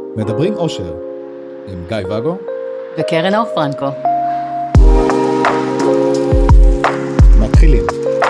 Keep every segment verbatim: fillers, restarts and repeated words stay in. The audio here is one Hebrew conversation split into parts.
מדברים אושר עם גיא וגו וקרן אור פרנקו. מתחילים.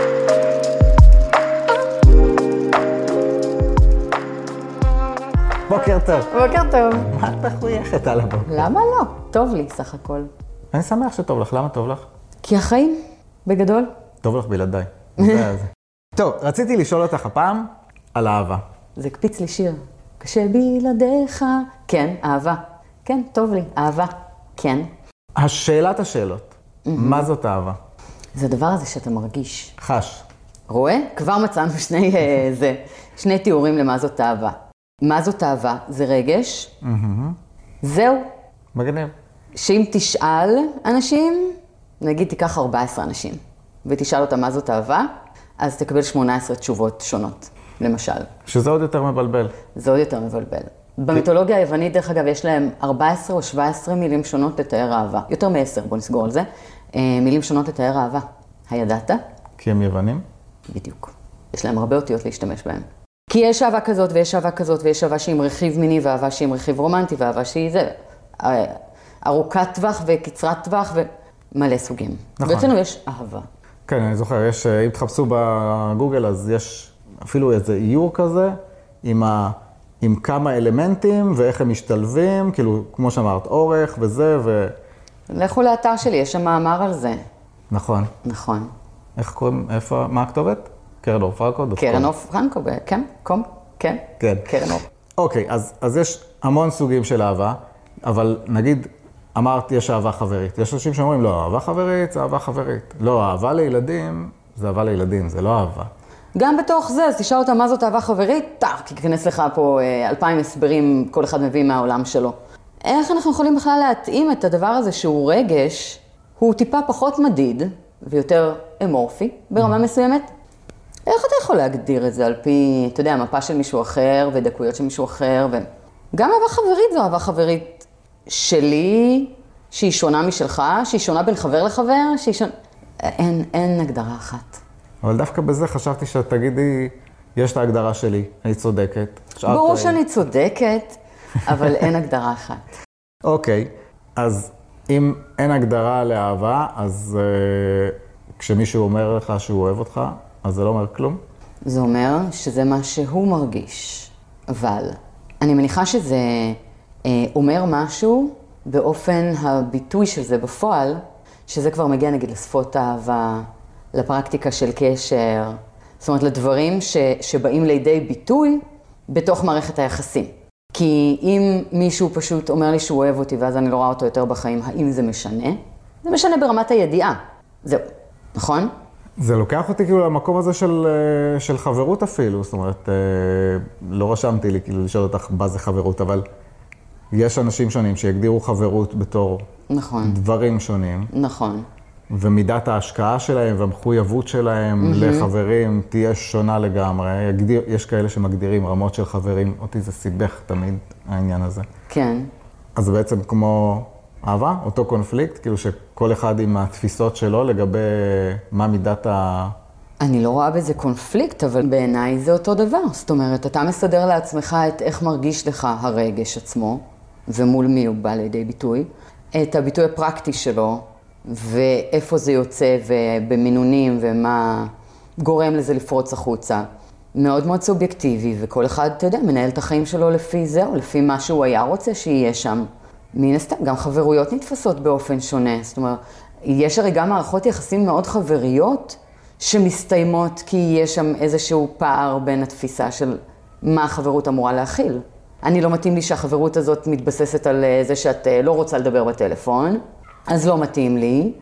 בוקר טוב. בוקר טוב. מה את מחויכת על הבוקר? למה לא? טוב לי סך הכל. אני שמח שטוב לך. למה טוב לך? כי החיים, בגדול. טוב לך בלעדיי. זה זה. טוב, רציתי לשאול אותך הפעם על אהבה. זה הקפיץ לי שיר. קשה בלעדיך. כן, אהבה. כן, טוב לי, אהבה. כן. השאלת השאלות. מה זאת אהבה? זה הדבר הזה שאתה מרגיש. חש. רואה? כבר מצאנו שני, אה, זה, שני תיאורים למה זאת אהבה. מה זאת אהבה? זה רגש. זהו. מגניב. שאם תשאל אנשים, נגיד תיקח ארבעה עשר אנשים, ותשאל אותם מה זאת אהבה, אז תקבל שמונה עשרה תשובות שונות, למשל. שזה עוד יותר מבלבל. זה עוד יותר מבלבל. במיתולוגיה היוונית, דרך אגב, יש להם ארבע עשרה או שבע עשרה מילים שונות לתאר אהבה. יותר מ-עשר, בוא נסגור על זה. מילים שונות לתאר אהבה. הידעת? כי הם יוונים? בדיוק. יש להם הרבה אותיות להשתמש בהם. כי יש אהבה כזאת ויש אהבה כזאת ויש אהבה שהיא עם רכיב מיני ואהבה שהיא עם רכיב רומנטי ואהבה שהיא זה. ארוכת טווח וקצרת טווח ומלא סוגים. נכון. ואצלנו יש אהבה. כן, אני זוכר, יש, אם תחפשו בגוגל, אז יש אפילו איזה איור כזה, עם, ה, עם כמה אלמנטים ואיך הם משתלבים, כאילו, כמו שאמרת, אורך וזה, ו... לכו לאתר שלי, יש שם מאמר על זה. נכון. נכון. איך קוראים, איפה, מה הכתובת? קרן אור פרנקו? קרן אור פרנקו, כן, קום, כן. כן. קרן אור. אוקיי, אז, אז יש המון סוגים של אהבה, אבל נגיד, אמרת, יש אהבה חברית. יש אנשים שאומרים, לא, אהבה חברית זה אהבה חברית. לא, אהבה לילדים זה אהבה לילדים, זה לא אהבה. גם בתוך זה, אז תשאל אותה מה זאת אהבה חברית, טאק, כי כנס לך פה אה, אלפיים הסברים, כל אחד מביא מהעולם שלו. איך אנחנו יכולים בכלל להתאים את הדבר הזה שהוא רגש, הוא טיפה פחות מדיד ויותר אמורפי ברמה מסוימת? איך אתה יכול להגדיר את זה על פי, אתה יודע, מפה של מישהו אחר ודקויות של מישהו אחר, וגם אהבה חברית זו אהבה חברית שלי, שהיא שונה משלך, שהיא שונה בין חבר לחבר, שהיא שונה... אין, אין הגדרה אחת. אבל דווקא בזה חשבתי שתגידי, יש את ההגדרה שלי, אני צודקת. ברור שאני צודקת, אבל אין הגדרה אחת. אוקיי, אז אם אין הגדרה לאהבה, אז uh, כשמישהו אומר לך שהוא אוהב אותך, אז זה לא אומר כלום? זה אומר שזה מה שהוא מרגיש, אבל אני מניחה שזה אה, אומר משהו באופן הביטוי של זה בפועל, שזה כבר מגיע נגיד לשפות אהבה, לפרקטיקה של קשר, זאת אומרת לדברים ש, שבאים לידי ביטוי בתוך מערכת היחסים. כי אם מישהו פשוט אומר לי שהוא אוהב אותי ואז אני לא רואה אותו יותר בחיים, האם זה משנה? זה משנה ברמת הידיעה. זהו, נכון? זה לוקח אותי כאילו למקום הזה של, של חברות אפילו, זאת אומרת, לא רשמתי לי כאילו לשאול אותך מה זה חברות, אבל יש אנשים שונים שיגדירו חברות בתור נכון. דברים שונים. נכון. ומידת ההשקעה שלהם והמחויבות שלהם mm-hmm. לחברים תהיה שונה לגמרי. יגדיר, יש כאלה שמגדירים רמות של חברים, אותי זה סיבך תמיד העניין הזה. כן. אז זה בעצם כמו אהבה, אותו קונפליקט, כאילו שכל אחד עם התפיסות שלו לגבי מה מידת ה... אני לא רואה בזה קונפליקט, אבל בעיניי זה אותו דבר. זאת אומרת, אתה מסדר לעצמך את איך מרגיש לך הרגש עצמו, ומול מי הוא בא לידי ביטוי, את הביטוי הפרקטי שלו, ואיפה זה יוצא, ובמינונים, ומה גורם לזה לפרוץ החוצה. מאוד מאוד סובייקטיבי, וכל אחד, אתה יודע, מנהל את החיים שלו לפי זה, או לפי מה שהוא היה רוצה שיהיה שם. מן הסתם, גם חברויות נתפסות באופן שונה. זאת אומרת, יש הרי גם מערכות יחסים מאוד חבריות, שמסתיימות כי יש שם איזשהו פער בין התפיסה של מה החברות אמורה להכיל. אני לא מתאים לי שהחברות הזאת מתבססת על זה שאת לא רוצה לדבר בטלפון, אז לא מתאים לי,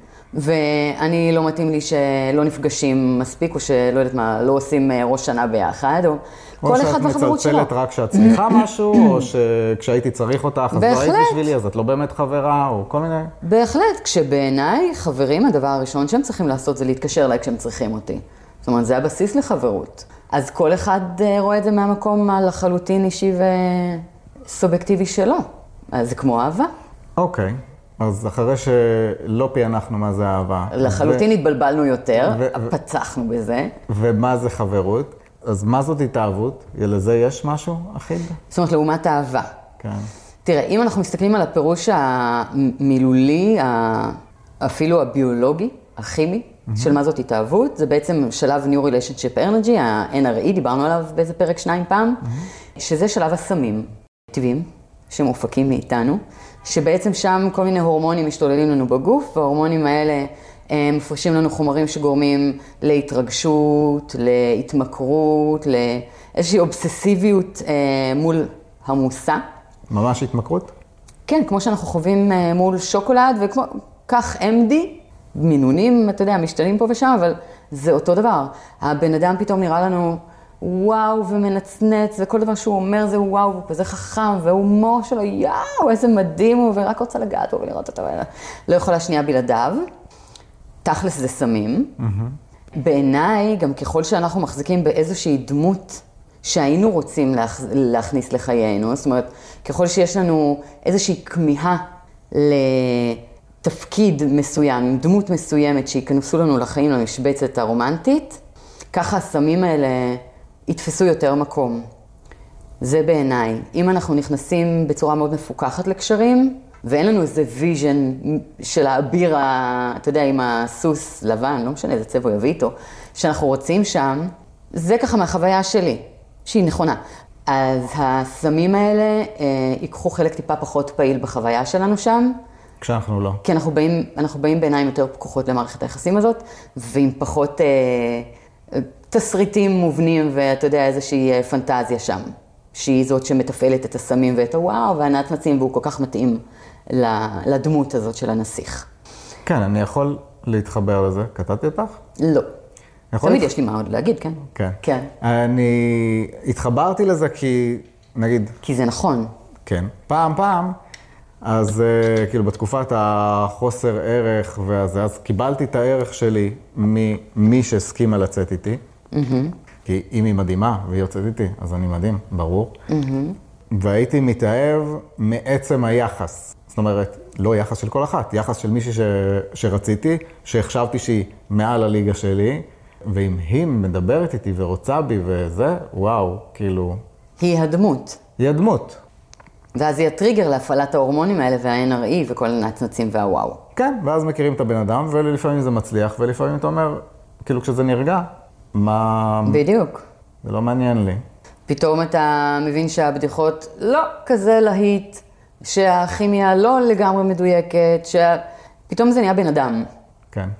ואני לא מתאים לי שלא נפגשים מספיק, או שלא יודעת מה, לא עושים ראש שנה ביחד, או כל אחד בחברות שלו. או שאת מצלצלת רק כשאת צריכה משהו, או שכשהייתי צריך אותך, אז לא היית בשבילי, אז את לא באמת חברה, או כל מיני... בהחלט, כשבעיניי חברים, הדבר הראשון שהם צריכים לעשות זה להתקשר אליי כשהם צריכים אותי. זאת אומרת, זה הבסיס לחברות. אז כל אחד רואה את זה מהמקום לחלוטין אישי וסובייקטיבי שלו. אז זה כמו אהבה. אוקיי. אז אחרי שלא פענחנו מה זה אהבה. לחלוטין התבלבלנו יותר, פצחנו בזה. ומה זה חברות? אז מה זאת התאהבות? לזה יש משהו אחיד? זאת אומרת, לעומת אהבה. כן. תראה, אם אנחנו מסתכלים על הפירוש המילולי, אפילו הביולוגי, הכימי, mm-hmm. של מה זאת התאהבות, זה בעצם שלב New Relationship Energy, ה-N R E, דיברנו עליו באיזה פרק שניים פעם, mm-hmm. שזה שלב הסמים טבעיים, שמופקים מאיתנו, שבעצם שם כל מיני הורמונים משתוללים לנו בגוף, וההורמונים האלה הם מפרשים לנו חומרים שגורמים להתרגשות, להתמכרות, לאיזושהי אובססיביות אה, מול המושא. ממש התמכרות? כן, כמו שאנחנו חווים אה, מול שוקולד, וכמו כך M D, מינונים, אתה יודע, משתנים פה ושם, אבל זה אותו דבר. הבן אדם פתאום נראה לנו וואו ומנצנץ, וכל דבר שהוא אומר זה וואו, הוא כזה חכם, וההומור שלו, יאו, איזה מדהים הוא, ורק רוצה לגעת בו ולראות אותו, לא יכולה שנייה בלעדיו. תכלס זה סמים. Mm-hmm. בעיניי, גם ככל שאנחנו מחזיקים באיזושהי דמות שהיינו רוצים להכ... להכניס לחיינו, זאת אומרת, ככל שיש לנו איזושהי כמיהה לתפקיד מסוים, דמות מסוימת שיכנסו לנו לחיים למשבצת הרומנטית, ככה הסמים האלה יתפסו יותר מקום. זה בעיניי. אם אנחנו נכנסים בצורה מאוד מפוקחת לקשרים, ואין לנו איזה ויז'ן של האביר, אתה יודע, עם הסוס לבן, לא משנה איזה צבע הוא יביא איתו, שאנחנו רוצים שם, זה ככה מהחוויה שלי, שהיא נכונה. אז הסמים האלה אה, ייקחו חלק טיפה פחות פעיל בחוויה שלנו שם. כשאנחנו לא. כי אנחנו באים, אנחנו באים בעיניים יותר פקוחות למערכת היחסים הזאת, ועם פחות אה, תסריטים מובנים, ואתה יודע, איזושהי פנטזיה שם, שהיא זאת שמתפעלת את הסמים ואת הוואו, והנצנצים, והוא כל כך מתאים לדמות הזאת של הנסיך. כן, אני יכול להתחבר לזה. קטעתי אותך? לא. תמיד להת... יש לי מה עוד להגיד, כן? כן. כן. אני התחברתי לזה כי, נגיד... כי זה נכון. כן. פעם, פעם, אז כאילו בתקופת החוסר ערך והזה, אז קיבלתי את הערך שלי ממי שהסכימה לצאת איתי. Mm-hmm. כי אם היא מדהימה והיא יוצאת איתי, אז אני מדהים, ברור. Mm-hmm. והייתי מתאהב מעצם היחס. זאת אומרת, לא יחס של כל אחת, יחס של מישהי ש... שרציתי, שהחשבתי שהיא מעל הליגה שלי, ואם היא מדברת איתי ורוצה בי וזה, וואו, כאילו... היא הדמות. היא הדמות. ואז היא הטריגר להפעלת ההורמונים האלה וה-N R E וכל הנצנצים והוואו. כן, ואז מכירים את הבן אדם, ולפעמים זה מצליח, ולפעמים אתה אומר, כאילו כשזה נרגע, מה... בדיוק. זה לא מעניין לי. פתאום אתה מבין שהבדיחות לא כזה להיט, שהכימיה לא לגמרי מדויקת, שפתאום זה נהיה בן אדם. כן.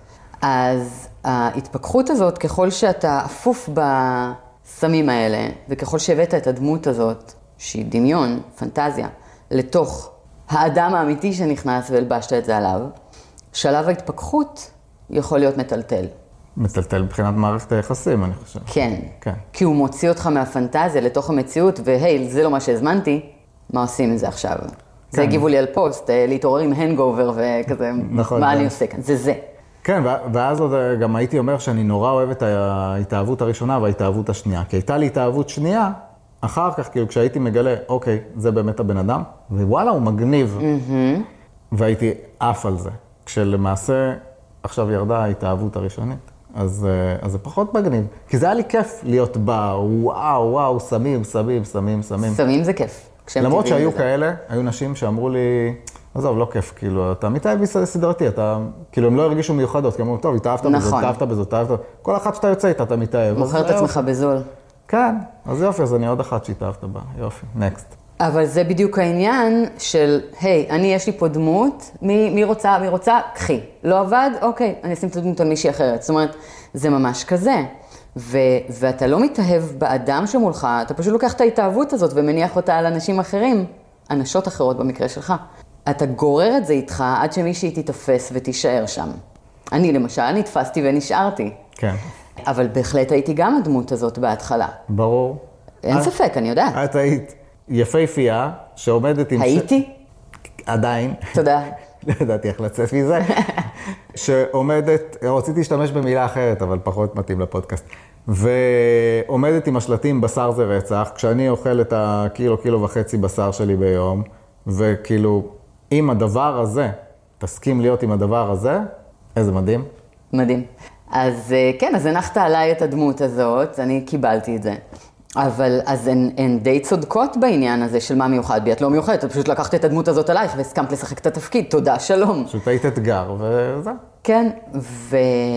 אז ההתפכחות הזאת, ככל שאתה אפוף בסמים האלה, וככל שהבאת את הדמות הזאת, שהיא דמיון, פנטזיה, לתוך האדם האמיתי שנכנס והלבשת את זה עליו, שלב ההתפכחות יכול להיות מטלטל. מטלטל מבחינת מערכת היחסים, אני חושב. כן. כן. כי הוא מוציא אותך מהפנטזיה לתוך המציאות, והי, זה לא מה שהזמנתי, מה עושים עם זה עכשיו? כן. זה הגיבו לי על פוסט, להתעורר עם הנגובר וכזה, נכון, מה כן. אני עושה כאן? זה זה. כן, ואז גם הייתי אומר שאני נורא אוהב את ההתאהבות הראשונה וההתאהבות השנייה. כי הייתה לי התאהבות שנייה, אחר כך, כאילו, כשהייתי מגלה, אוקיי, זה באמת הבן אדם, ווואלה, הוא מגניב. Mm-hmm. והייתי אף על זה. כשלמעשה, עכשיו ירדה ההתאהבות הראשונית. אז, אז זה פחות מגניב. כי זה היה לי כיף להיות בה, וואו, וואו, סמים, סמים, סמים, סמים. סמים זה כיף. למרות שהיו כאלה, היו נשים שאמרו לי, עזוב, לא כיף, כאילו, אתה מתאהב בסדרתי, אתה, כאילו, הם לא הרגישו מיוחדות, כי אמרו, טוב, התאהבת בזה, התאהבת בזה, התאהבת, כל אחת שאתה יוצא איתה, אתה מתאהב. מוכר את עצמך בזול. כן, אז יופי, אז אני עוד אחת שהתאהבת בה, יופי, נקסט. אבל זה בדיוק העניין של, היי, אני יש לי פה דמות, מי, מי רוצה, מי רוצה, קחי. לא עבד? אוקיי, אני אשים את הדמות על מישהי אחרת. זאת אומרת, זה ממש כזה. ו, ואתה לא מתאהב באדם שמולך, אתה פשוט לוקח את ההתאהבות הזאת ומניח אותה על אנשים אחרים, אנשות אחרות במקרה שלך. אתה גורר את זה איתך עד שמישהי תתאפס ותישאר שם. אני למשל נתפסתי ונשארתי. כן. אבל בהחלט הייתי גם הדמות הזאת בהתחלה. ברור. אין ספק, אני יודעת. את היית יפהפייה שעומדת עם... הייתי? עדיין. תודה. לא ידעתי איך לצאת מזה. שעומדת, רציתי להשתמש במילה אחרת, אבל פחות מתאים לפודקאסט. ועומדת עם השלטים בשר זה רצח, כשאני אוכל את הקילו, קילו וחצי בשר שלי ביום, וכאילו, עם הדבר הזה, תסכים להיות עם הדבר הזה, איזה מדהים. מדהים. אז כן, אז הנחת עליי את הדמות הזאת, אני קיבלתי את זה. אבל אז הן, הן די צודקות בעניין הזה של מה מיוחד בי. את לא מיוחדת, את פשוט לקחת את הדמות הזאת עלייך והסכמת לשחק את התפקיד. תודה, שלום. פשוט היית אתגר וזה. כן, ו...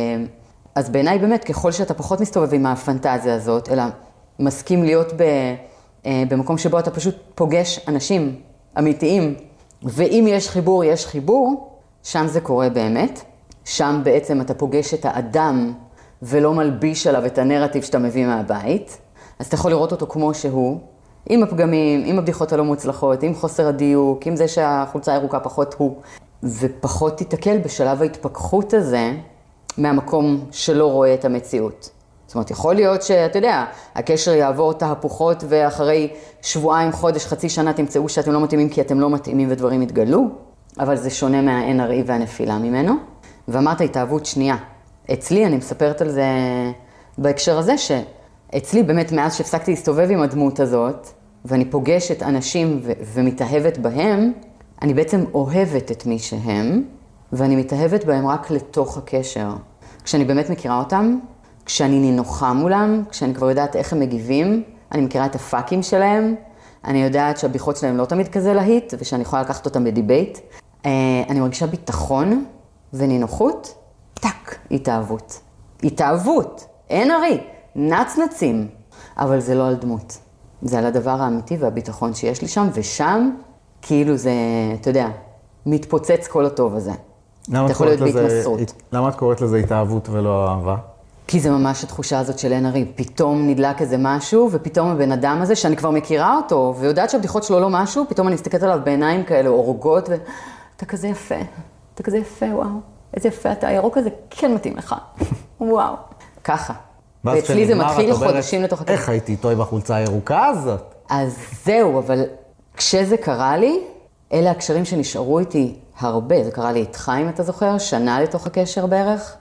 אז בעיניי באמת, ככל שאתה פחות מסתובב עם הפנטזיה הזאת, אלא מסכים להיות ב... במקום שבו אתה פשוט פוגש אנשים אמיתיים, ואם יש חיבור, יש חיבור, שם זה קורה באמת. שם בעצם אתה פוגש את האדם ולא מלביש עליו את הנרטיב שאתה מביא מהבית. אז אתה יכול לראות אותו כמו שהוא, עם הפגמים, עם הבדיחות הלא מוצלחות, עם חוסר הדיוק, עם זה שהחולצה הירוקה פחות הוא, ופחות תתקל בשלב ההתפכחות הזה מהמקום שלא רואה את המציאות. זאת אומרת, יכול להיות שאתה יודע, הקשר יעבור תהפוכות ואחרי שבועיים, חודש, חצי שנה תמצאו שאתם לא מתאימים כי אתם לא מתאימים ודברים יתגלו, אבל זה שונה מה-אן אר אי והנפילה ממנו. ואמרת התאהבות שנייה. אצלי, אני מספרת על זה בהקשר הזה, שאצלי באמת מאז שהפסקתי להסתובב עם הדמות הזאת, ואני פוגשת אנשים ו- ומתאהבת בהם, אני בעצם אוהבת את מי שהם, ואני מתאהבת בהם רק לתוך הקשר. כשאני באמת מכירה אותם, כשאני נינוחה מולם, כשאני כבר יודעת איך הם מגיבים, אני מכירה את הפאקים שלהם, אני יודעת שהבדיחות שלהם לא תמיד כזה להיט, ושאני יכולה לקחת אותם בדיבייט. אני מרגישה ביטחון ונינוחות, טק, התאהבות. התאהבות, אין הרי, נצנצים, אבל זה לא על דמות. זה על הדבר האמיתי והביטחון שיש לי שם, ושם כאילו זה, אתה יודע, מתפוצץ כל הטוב הזה. אתה יכול להיות בהתנסות. למה את קוראת לזה התאהבות ולא אהבה? כי זה ממש התחושה הזאת של אין הרי, פתאום נדלק איזה משהו, ופתאום הבן אדם הזה, שאני כבר מכירה אותו, ויודעת שהבדיחות שלו לא משהו, פתאום אני מסתכלת עליו בעיניים כאלה, אורגות, ואתה כזה יפה, אתה כזה יפה, וואו, איזה יפה אתה, הירוק הזה כן מתאים לך, וואו, ככה. ואצלי זה מתחיל חודשים לתוך הקשר. איך הייתי איתו עם החולצה הירוקה הזאת? אז זהו, אבל כשזה קרה לי, אלה הקשרים שנשארו איתי הרבה, זה קרה לי איתך, אם אתה זוכר, שנה לתוך הקשר בערך.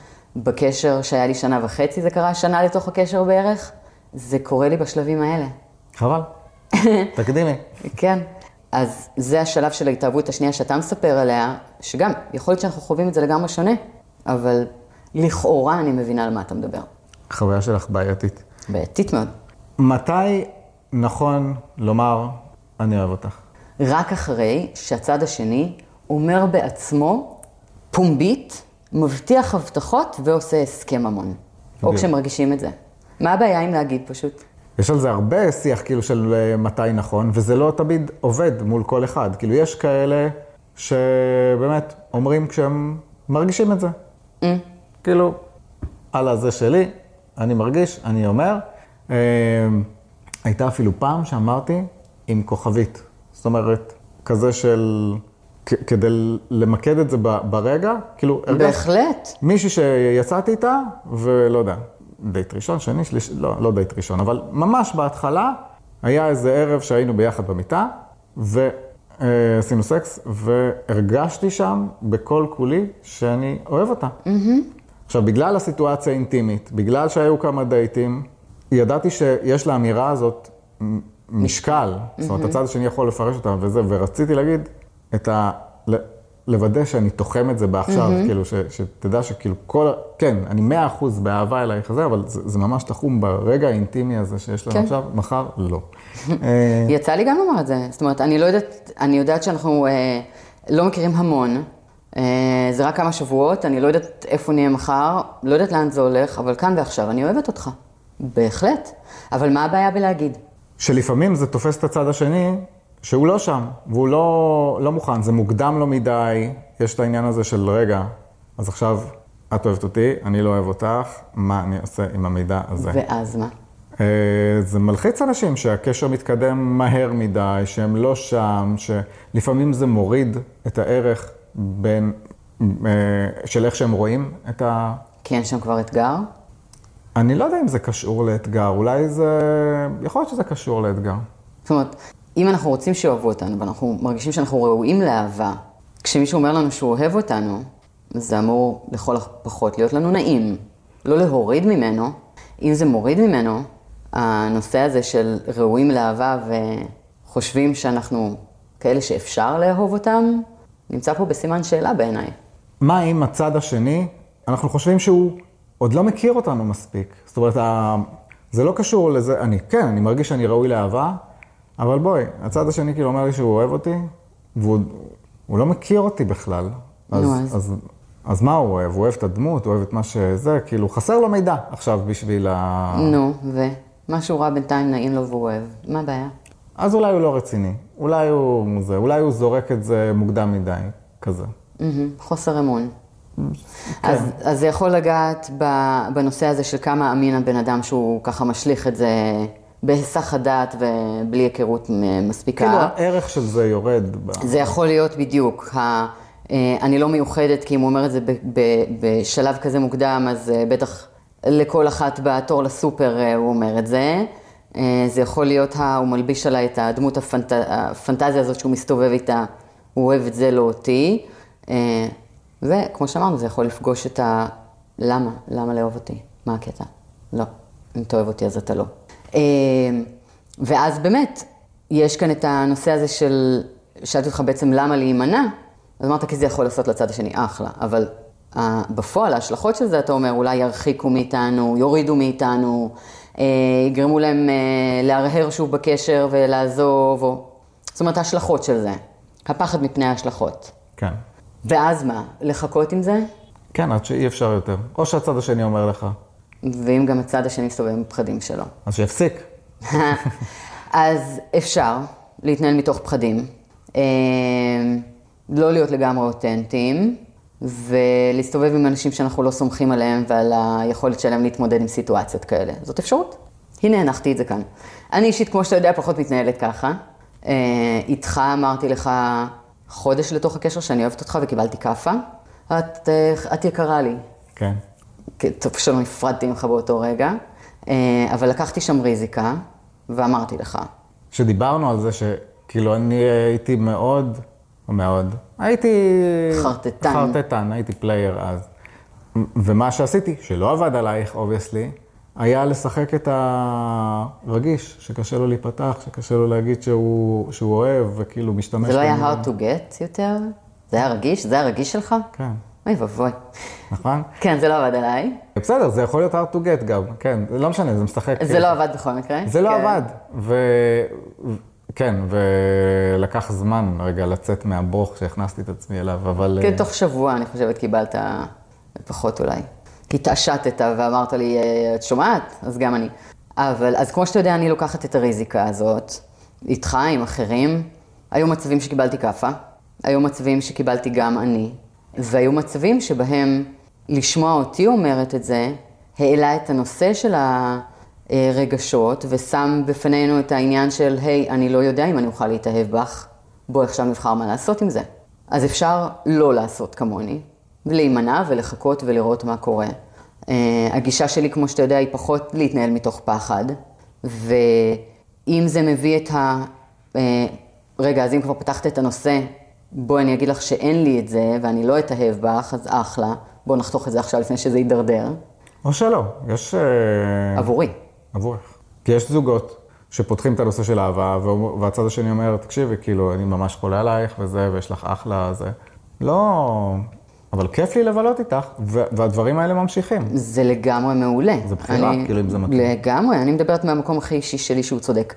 בקשר שהיה לי שנה וחצי, זה קרה שנה לתוך הקשר בערך. זה קורה לי בשלבים האלה. חבל. תקדימי. כן. אז זה השלב של ההתאהבות השנייה שאתה מספר עליה, שגם יכול להיות שאנחנו חווים את זה לגמרי שונה, אבל לכאורה אני מבינה על מה אתה מדבר. החוויה שלך בעייתית. בעייתית מאוד. מתי נכון לומר, אני אוהב אותך? רק אחרי שהצד השני אומר בעצמו, פומבית, מבטיח הבטחות ועושה הסכם המון. או כשמרגישים את זה. מה הבעיה עם להגיד פשוט? יש על זה הרבה שיח כאילו של מתי נכון, וזה לא תמיד עובד מול כל אחד. כאילו יש כאלה שבאמת אומרים כשהם מרגישים את זה. Mm. כאילו, על הזה שלי, אני מרגיש, אני אומר. אה, הייתה אפילו פעם שאמרתי עם כוכבית. זאת אומרת, כזה של... כדי למקד את זה ברגע, כאילו... בהחלט. מישהי שיצאתי איתה, ולא יודע, דייט ראשון, שני, שליש, לא, לא דייט ראשון, אבל ממש בהתחלה היה איזה ערב שהיינו ביחד במיטה, ועשינו סקס, והרגשתי שם בכל כולי שאני אוהב אותה. Mm-hmm. עכשיו, בגלל הסיטואציה האינטימית, בגלל שהיו כמה דייטים, ידעתי שיש לאמירה הזאת משקל, mm-hmm. זאת אומרת, הצד השני יכול לפרש אותה וזה, ורציתי להגיד, את ה... לוודא שאני תוחם את זה בעכשיו, mm-hmm. כאילו, ש... שתדע שכאילו כל... כן, אני מאה אחוז באהבה אלייך הזה, אבל זה, זה ממש תחום ברגע האינטימי הזה שיש לנו כן. עכשיו, מחר לא. יצא לי גם לומר את זה. זאת אומרת, אני לא יודעת, אני יודעת שאנחנו אה, לא מכירים המון, אה, זה רק כמה שבועות, אני לא יודעת איפה נהיה מחר, לא יודעת לאן זה הולך, אבל כאן ועכשיו אני אוהבת אותך. בהחלט. אבל מה הבעיה בלהגיד? שלפעמים זה תופס את הצד השני, שהוא לא שם, והוא לא, לא מוכן, זה מוקדם לו מדי, יש את העניין הזה של רגע, אז עכשיו את אוהבת אותי, אני לא אוהב אותך, מה אני עושה עם המידע הזה? ואז מה? זה מלחיץ אנשים שהקשר מתקדם מהר מדי, שהם לא שם, שלפעמים זה מוריד את הערך בין, של איך שהם רואים את ה... כן, שם כבר אתגר? אני לא יודע אם זה קשור לאתגר, אולי זה... יכול להיות שזה קשור לאתגר. זאת אומרת, אם אנחנו רוצים שאוהבו אותנו, ואנחנו מרגישים שאנחנו ראויים לאהבה, כשמישהו אומר לנו שהוא אוהב אותנו, זה אמור לכל הפחות להיות לנו נעים, לא להוריד ממנו. אם זה מוריד ממנו, הנושא הזה של ראויים לאהבה וחושבים שאנחנו כאלה שאפשר לאהוב אותם, נמצא פה בסימן שאלה בעיניי. מה אם הצד השני, אנחנו חושבים שהוא עוד לא מכיר אותנו מספיק. זאת אומרת, זה לא קשור לזה, אני, כן, אני מרגיש שאני ראוי לאהבה, אבל בואי, הצד השני כאילו אומר לי שהוא אוהב אותי, והוא הוא לא מכיר אותי בכלל. אז, נו, אז... אז, אז מה הוא אוהב? הוא אוהב את הדמות, הוא אוהב את מה שזה, כאילו חסר לו מידע עכשיו בשביל ה... נו, ו? משהו רע בינתיים נעים לו והוא אוהב. מה הבעיה? אז אולי הוא לא רציני, אולי הוא זה, אולי הוא זורק את זה מוקדם מדי, כזה. Mm-hmm, חוסר אמון. אז, אז זה יכול לגעת בנושא הזה של כמה אמין הבן אדם שהוא ככה משליך את זה בהיסח הדעת ובלי היכרות מספיקה. כאילו הערך של זה יורד. זה יכול להיות בדיוק. ה, אני לא מיוחדת כי אם הוא אומר את זה ב, ב, בשלב כזה מוקדם, אז בטח לכל אחת בתור לסופר הוא אומר את זה. זה יכול להיות, הוא מלביש עליי את הדמות הפנט, הפנטזיה הזאת שהוא מסתובב איתה, הוא אוהב את זה לא אותי. וכמו שאמרנו, זה יכול לפגוש את ה... למה? למה לאהוב אותי? מה הקטע? לא. אם אתה אוהב אותי, אז אתה לא. ואז באמת, יש כאן את הנושא הזה של... שאלתי אותך בעצם למה להימנע, אז אמרת כי זה יכול לעשות לצד השני, אחלה. אבל בפועל, ההשלכות של זה, אתה אומר, אולי ירחיקו מאיתנו, יורידו מאיתנו, יגרמו להם להרהר שוב בקשר ולעזוב, או... זאת אומרת, ההשלכות של זה. הפחד מפני ההשלכות. כן. ואז מה? לחכות עם זה? כן, עד שאי אפשר יותר. או שהצד השני אומר לך. ואם גם הצד השני מסתובב עם פחדים שלו. אז שיפסיק. אז אפשר להתנהל מתוך פחדים, לא להיות לגמרי אותנטיים, ולהסתובב עם אנשים שאנחנו לא סומכים עליהם ועל היכולת שלהם להתמודד עם סיטואציות כאלה. זאת אפשרות. הנה, הנחתי את זה כאן. אני אישית, כמו שאתה יודע, פחות מתנהלת ככה. איתך אמרתי לך חודש לתוך הקשר שאני אוהבת אותך וקיבלתי קפה. את, את יקרה לי. כן. טוב, שלא נפרדתי ממך באותו רגע, אבל לקחתי שם ריזיקה ואמרתי לך. שדיברנו על זה שכאילו אני הייתי מאוד, מאוד, הייתי... חרטטן. חרטטן, הייתי פלייר אז. ומה שעשיתי, שלא עבד עלייך, obviously, היה לשחק את הרגיש, שקשה לו להיפתח, שקשה לו להגיד שהוא, שהוא אוהב וכאילו משתמש... זה לא היה hard to get יותר? זה היה רגיש? זה היה רגיש שלך? כן. אוי ובוי. נכון? כן, זה לא עבד עליי. בסדר, זה יכול להיות hard to get גם, כן, לא משנה, זה משחק. זה לא עבד בכל מקרה. זה לא עבד, ו... כן, ולקח זמן רגע לצאת מהברוך שהכנסתי את עצמי אליו, אבל... כן, תוך שבוע אני חושבת קיבלת פחות אולי. כי התעשתת ואמרת לי, את שומעת? אז גם אני. אבל, אז כמו שאתה יודע, אני לוקחת את הריזיקה הזאת, איתך, עם אחרים. היו מצבים שקיבלתי קפה, היו מצבים שקיבלתי גם אני, והיו מצבים שבהם לשמוע אותי אומרת את זה, העלה את הנושא של הרגשות, ושם בפנינו את העניין של, היי, אני לא יודע אם אני אוכל להתאהב בך, בוא עכשיו נבחר מה לעשות עם זה. אז אפשר לא לעשות כמוני, ולהימנע ולחכות ולראות מה קורה. הגישה שלי, כמו שאתה יודע, היא פחות להתנהל מתוך פחד, ואם זה מביא את ה... רגע, אז אם כבר פתחת את הנושא, בואי אני אגיד לך שאין לי את זה, ואני לא אתאהב בך, אז אחלה. בואו נחתוך את זה עכשיו לפני שזה יידרדר. או שלא, יש... עבורי. עבורך. כי יש זוגות שפותחים את הנושא של אהבה, והצד השני אומר, תקשיבי, כאילו, אני ממש חולה עלייך וזה, ויש לך אחלה, זה. לא... אבל כיף לי לבלות איתך, והדברים האלה ממשיכים. זה לגמרי מעולה. זה בחירה, אני... כאילו, אם זה מתאים. לגמרי, אני מדברת מהמקום הכי אישי שלי שהוא צודק.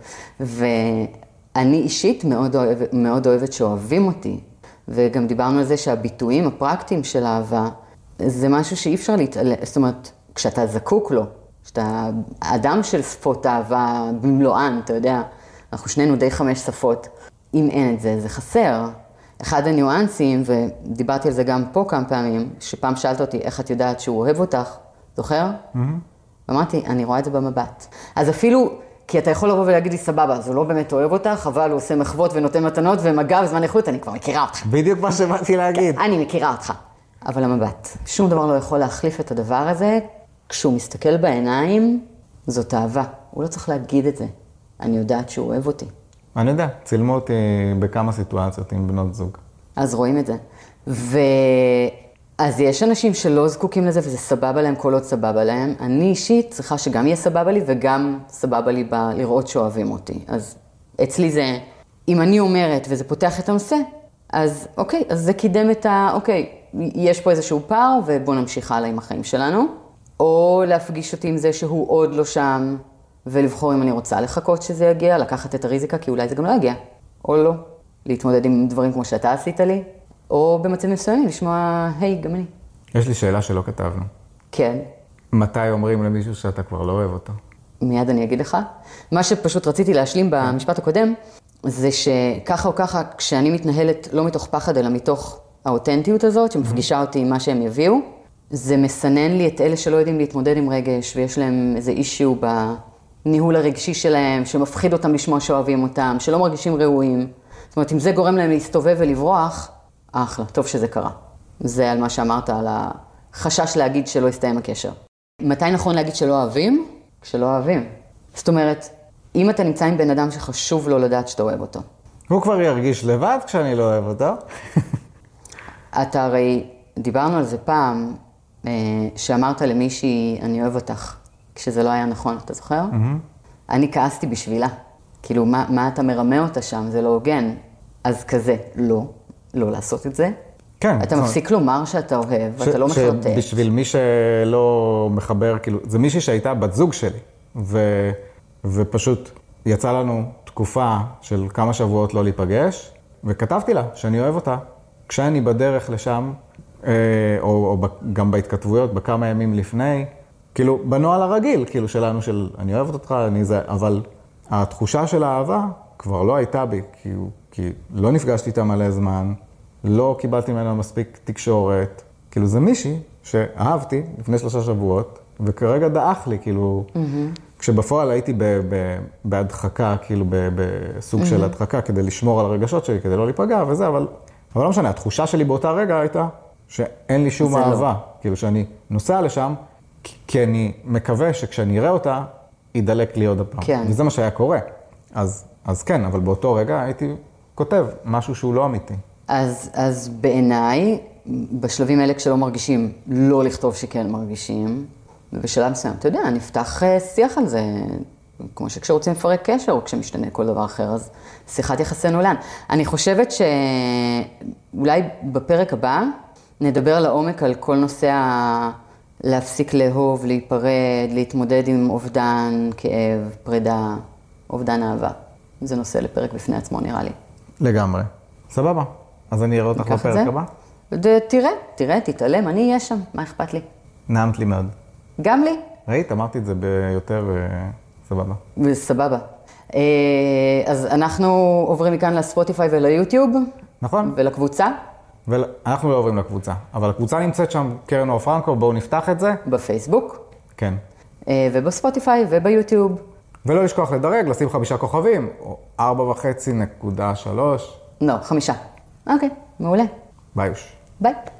ואני אישית מאוד אוהבת, מאוד אוהבת שאוהבים אותי. וגם דיברנו על זה שהביטויים הפרקטיים של אהבה, זה משהו שאי אפשר להתעלם, זאת אומרת, כשאתה זקוק לו, כשאתה אדם של שפות אהבה במלואן, אתה יודע, אנחנו שנינו די חמש שפות, אם אין את זה, זה חסר. אחד הניואנסים, ודיברתי על זה גם פה כמה פעמים, שפעם שאלת אותי איך את יודעת שהוא אוהב אותך, זוכר? Mm-hmm. ואמרתי, אני רואה את זה במבט. אז אפילו, כי אתה יכול לבוא ולהגיד לי, סבבה, אז הוא לא באמת אוהב אותך, אבל הוא עושה מחוות ונותן מתנות, ומגע בזמן איכות, אני כבר מכירה אותך. בדיוק מה שבאתי להגיד. כן, אני מכירה אותך. אבל המבט, שום דבר לא יכול להחליף את הדבר הזה, כשהוא מסתכל בעיניים, זאת אהבה. הוא לא צריך להגיד את זה. אני יודעת שהוא אוהב אותי. אני יודע, צילמו אותי בכמה סיטואציות עם בנות זוג. אז רואים את זה. ו... אז יש אנשים שלא זקוקים לזה, וזה סבבה להם, כל עוד סבבה להם. אני אישית צריכה שגם יהיה סבבה לי, וגם סבבה לי ב... לראות שאוהבים אותי. אז אצלי זה, אם אני אומרת, וזה פותח את הנושא, אז אוקיי, אז זה קידם את ה... אוקיי, יש פה איזשהו פער, ובוא נמשיך הלאה עם החיים שלנו. או להפגיש אותי עם זה שהוא עוד לא שם, ולבחור אם אני רוצה לחכות שזה יגיע, לקחת את הריזיקה, כי אולי זה גם לא יגיע, או לא. להתמודד עם דברים כמו שאתה עשית לי, או במצבים מסוימים לשמוע, היי, גם אני. יש לי שאלה שלא כתבנו. כן. מתי אומרים למישהו שאתה כבר לא אוהב אותו? מיד אני אגיד לך. מה שפשוט רציתי להשלים במשפט הקודם, זה שככה או ככה, כשאני מתנהלת לא מתוך פחד, אלא מתוך האותנטיות הזאת, שמפגישה אותי עם מה שהם יביאו, זה מסנן לי את אלה שלא יודעים להתמודד עם רגש, ויש להם איזה אישיו בניהול הרגשי שלהם, שמפחיד אותם לשמוע שאוהבים אותם, שלא מרגישים ראויים. זאת אומרת, אם זה גורם להם להסתובב ולברוח, אחלה, טוב שזה קרה. זה על מה שאמרת, על החשש להגיד שלא יסתיים הקשר. מתי נכון להגיד שלא אוהבים? כשלא אוהבים. זאת אומרת, אם אתה נמצא עם בן אדם שחשוב לו לדעת שאתה אוהב אותו. הוא כבר ירגיש לבד כשאני לא אוהב אותו. אתה הרי, דיברנו על זה פעם, שאמרת למישהי, אני אוהב אותך, כשזה לא היה נכון, אתה זוכר? Mm-hmm. אני כעסתי בשבילה. כאילו, מה, מה אתה מרמה אותה שם? זה לא הוגן. אז כזה, לא, לא לעשות את זה. כן. אתה מפסיק לומר שאתה אוהב, ואתה לא מחרטט. שבשביל מי שלא מחבר, כאילו, זה מישהי שהייתה בת זוג שלי, ו, ופשוט יצא לנו תקופה של כמה שבועות לא להיפגש, וכתבתי לה שאני אוהב אותה. כשאני בדרך לשם, או, או גם בהתכתבויות, בכמה ימים לפני, כאילו, בנועל הרגיל, כאילו, שלנו של אני אוהבת אותך, אני זה, אבל התחושה של האהבה כבר לא הייתה בי, כי, כי לא נפגשתי איתה מלא זמן, לא קיבלתי ממנו מספיק תקשורת, כאילו זה מישהי שאהבתי לפני שלושה שבועות, וכרגע דאח לי, כאילו, mm-hmm. כשבפועל הייתי ב- ב- בהדחקה, כאילו ב- בסוג mm-hmm. של הדחקה, כדי לשמור על הרגשות שלי, כדי לא להיפגע וזה, אבל, אבל לא משנה, התחושה שלי באותה רגע הייתה שאין לי שום אהבה, לא. כאילו שאני נוסע לשם, כי אני מקווה שכשאני אראה אותה, ידלק לי עוד הפעם. כן. וזה מה שהיה קורה. אז, אז כן, אבל באותו רגע הייתי כותב משהו שהוא לא אמיתי. אז, אז בעיניי, בשלבים האלה כשלא מרגישים, לא לכתוב שכן מרגישים, ובשלב מסוים, אתה יודע, נפתח שיח על זה, כמו שכשרוצים לפרק קשר, או כשמשתנה כל דבר אחר, אז שיחת יחסנו לאן. אני חושבת שאולי בפרק הבא, נדבר לעומק על כל נושא ה... להפסיק לאהוב, להיפרד, להתמודד עם אובדן, כאב, פרידה, אובדן אהבה. זה נושא לפרק בפני עצמו, נראה לי. לגמרי. סבבה. אז אני אראה אותך בפרק הבא? תראה, תראה, תתעלם, אני אהיה שם, מה אכפת לי? נעמת לי מאוד. גם לי. ראית, אמרתי את זה ביותר סבבה. סבבה. אז אנחנו עוברים מכאן לספוטיפיי וליוטיוב. נכון. ולקבוצה. ואנחנו לא עוברים לקבוצה, אבל הקבוצה נמצאת שם, קרן אור פרנקו, בואו נפתח את זה. בפייסבוק. כן. ובספוטיפיי וביוטיוב. ולא לשכוח לדרג, לשים חמישה כוכבים, או ארבע וחצי נקודה שלוש. לא, חמישה. אוקיי, מעולה. ביי. ביי.